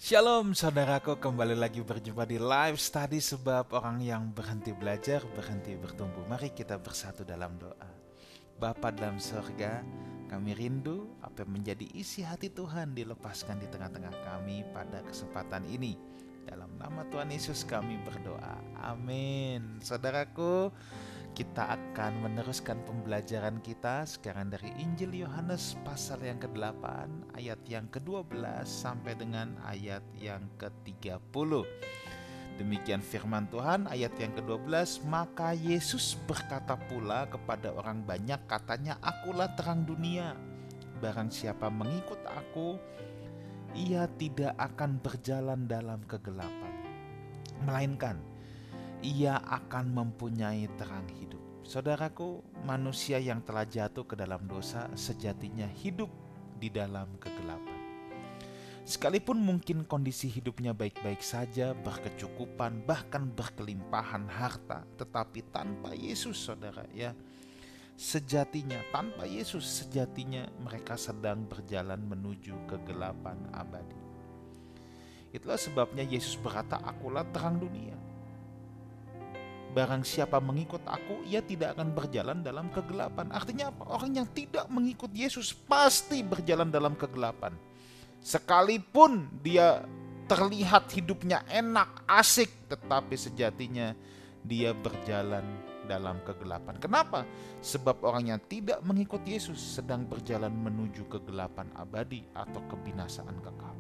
Shalom saudaraku, kembali lagi berjumpa di live study sebab orang yang berhenti belajar, berhenti bertumbuh. Mari kita bersatu dalam doa. Bapa dalam surga, kami rindu apa yang menjadi isi hati Tuhan dilepaskan di tengah-tengah kami pada kesempatan ini. Dalam nama Tuhan Yesus kami berdoa. Amin. Saudaraku, kita akan meneruskan pembelajaran kita sekarang dari Injil Yohanes pasal yang ke-8 ayat yang ke-12 sampai dengan ayat yang ke-30. Demikian firman Tuhan ayat yang ke-12, maka Yesus berkata pula kepada orang banyak, katanya, akulah terang dunia. Barang siapa mengikut aku, ia tidak akan berjalan dalam kegelapan, melainkan ia akan mempunyai terang hidup. Saudaraku, manusia yang telah jatuh ke dalam dosa sejatinya hidup di dalam kegelapan. Sekalipun mungkin kondisi hidupnya baik-baik saja, berkecukupan, bahkan berkelimpahan harta, tetapi tanpa Yesus, saudara, ya, sejatinya tanpa Yesus, sejatinya mereka sedang berjalan menuju kegelapan abadi. Itulah sebabnya Yesus berkata, akulah terang dunia. Barang siapa mengikut aku, ia tidak akan berjalan dalam kegelapan. Artinya apa? Orang yang tidak mengikut Yesus pasti berjalan dalam kegelapan. Sekalipun dia terlihat hidupnya enak, asik, tetapi sejatinya dia berjalan dalam kegelapan. Kenapa? Sebab orang yang tidak mengikut Yesus sedang berjalan menuju kegelapan abadi atau kebinasaan kekal.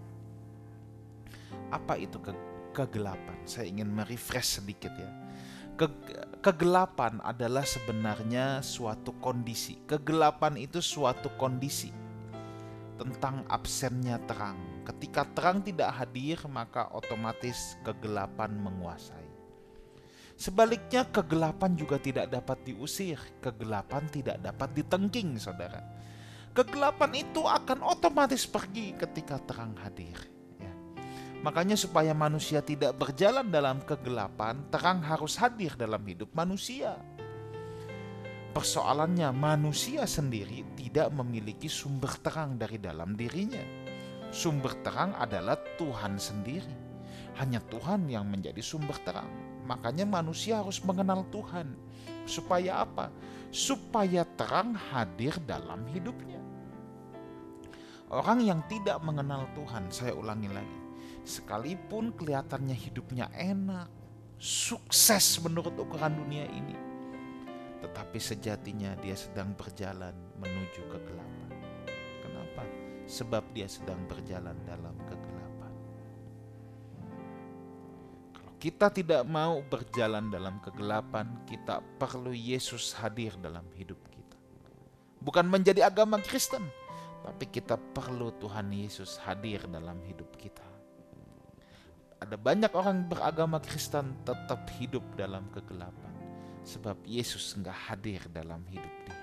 Apa itu kegelapan? Saya ingin merefresh sedikit ya. Kegelapan adalah sebenarnya suatu kondisi. Kegelapan itu suatu kondisi tentang absennya terang. Ketika terang tidak hadir, maka otomatis kegelapan menguasai. Sebaliknya, kegelapan juga tidak dapat diusir. Kegelapan tidak dapat ditengking, saudara. Kegelapan itu akan otomatis pergi ketika terang hadir. Makanya supaya manusia tidak berjalan dalam kegelapan, terang harus hadir dalam hidup manusia. Persoalannya, manusia sendiri tidak memiliki sumber terang dari dalam dirinya. Sumber terang adalah Tuhan sendiri. Hanya Tuhan yang menjadi sumber terang. Makanya manusia harus mengenal Tuhan. Supaya apa? Supaya terang hadir dalam hidupnya. Orang yang tidak mengenal Tuhan, saya ulangi lagi, sekalipun kelihatannya hidupnya enak, sukses menurut ukuran dunia ini, tetapi sejatinya dia sedang berjalan menuju kegelapan. Kenapa? Sebab dia sedang berjalan dalam kegelapan. Kalau kita tidak mau berjalan dalam kegelapan, kita perlu Yesus hadir dalam hidup kita. Bukan menjadi agama Kristen, tapi kita perlu Tuhan Yesus hadir dalam hidup kita. Ada banyak orang beragama Kristen tetap hidup dalam kegelapan sebab Yesus enggak hadir dalam hidup dia.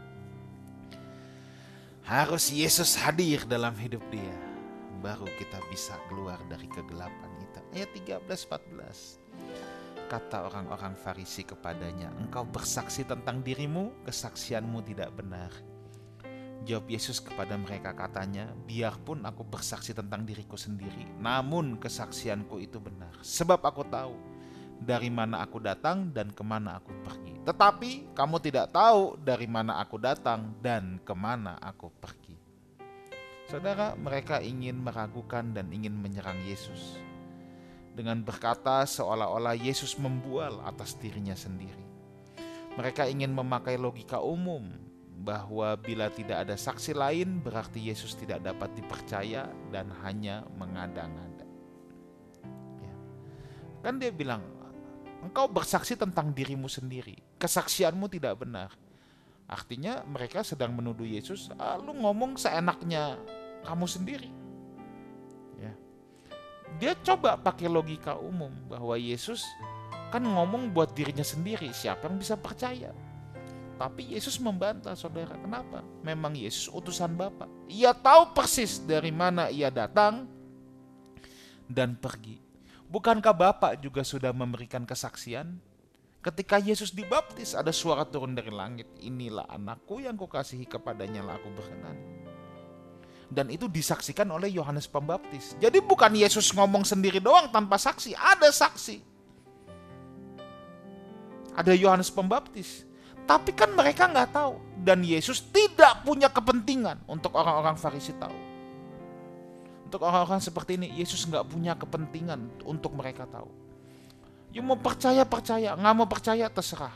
Harus Yesus hadir dalam hidup dia, baru kita bisa keluar dari kegelapan kita. Ayat 13-14. Kata orang-orang Farisi kepadanya, engkau bersaksi tentang dirimu, kesaksianmu tidak benar. Jawab Yesus kepada mereka, katanya, biarpun aku bersaksi tentang diriku sendiri, namun kesaksianku itu benar. Sebab aku tahu dari mana aku datang dan kemana aku pergi. Tetapi kamu tidak tahu dari mana aku datang dan kemana aku pergi. Saudara, mereka ingin meragukan dan ingin menyerang Yesus dengan berkata seolah-olah Yesus membual atas dirinya sendiri. Mereka ingin memakai logika umum bahwa bila tidak ada saksi lain berarti Yesus tidak dapat dipercaya dan hanya mengada-ngada. Ya. Kan dia bilang, engkau bersaksi tentang dirimu sendiri, kesaksianmu tidak benar. Artinya mereka sedang menuduh Yesus, lu ngomong seenaknya kamu sendiri. Ya. Dia coba pakai logika umum bahwa Yesus kan ngomong buat dirinya sendiri, siapa yang bisa percaya? Tapi Yesus membantah, saudara. Kenapa? Memang Yesus utusan Bapa. Ia tahu persis dari mana ia datang dan pergi. Bukankah Bapa juga sudah memberikan kesaksian? Ketika Yesus dibaptis, ada suara turun dari langit. Inilah anakku yang kukasihi, kepadanya lah aku berkenan. Dan itu disaksikan oleh Yohanes Pembaptis. Jadi bukan Yesus ngomong sendiri doang tanpa saksi, ada saksi. Ada Yohanes Pembaptis. Tapi kan mereka nggak tahu. Dan Yesus tidak punya kepentingan untuk orang-orang Farisi tahu. Untuk orang-orang seperti ini, Yesus nggak punya kepentingan untuk mereka tahu. You mau percaya, percaya. Nggak mau percaya, terserah.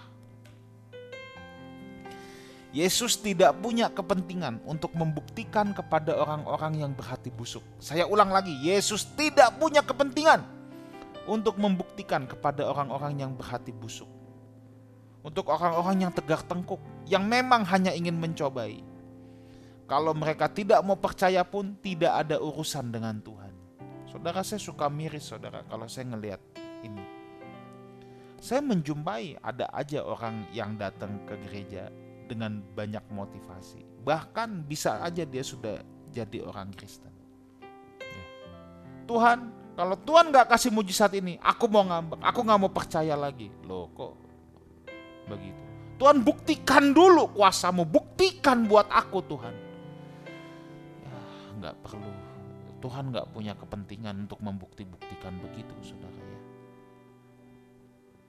Yesus tidak punya kepentingan untuk membuktikan kepada orang-orang yang berhati busuk. Saya ulang lagi, Yesus tidak punya kepentingan untuk membuktikan kepada orang-orang yang berhati busuk. Untuk orang-orang yang tegak tengkuk, yang memang hanya ingin mencobai. Kalau mereka tidak mau percaya pun tidak ada urusan dengan Tuhan. Saudara, saya suka miris saudara kalau saya ngelihat ini. Saya menjumpai ada aja orang yang datang ke gereja dengan banyak motivasi. Bahkan bisa aja dia sudah jadi orang Kristen. Ya. Tuhan, kalau Tuhan gak kasih mujizat ini, aku mau ngambek, aku gak mau percaya lagi. Loh kok begitu? Tuhan buktikan dulu kuasamu, buktikan buat aku Tuhan. Ya, gak perlu. Tuhan gak punya kepentingan untuk membuktikan begitu saudara.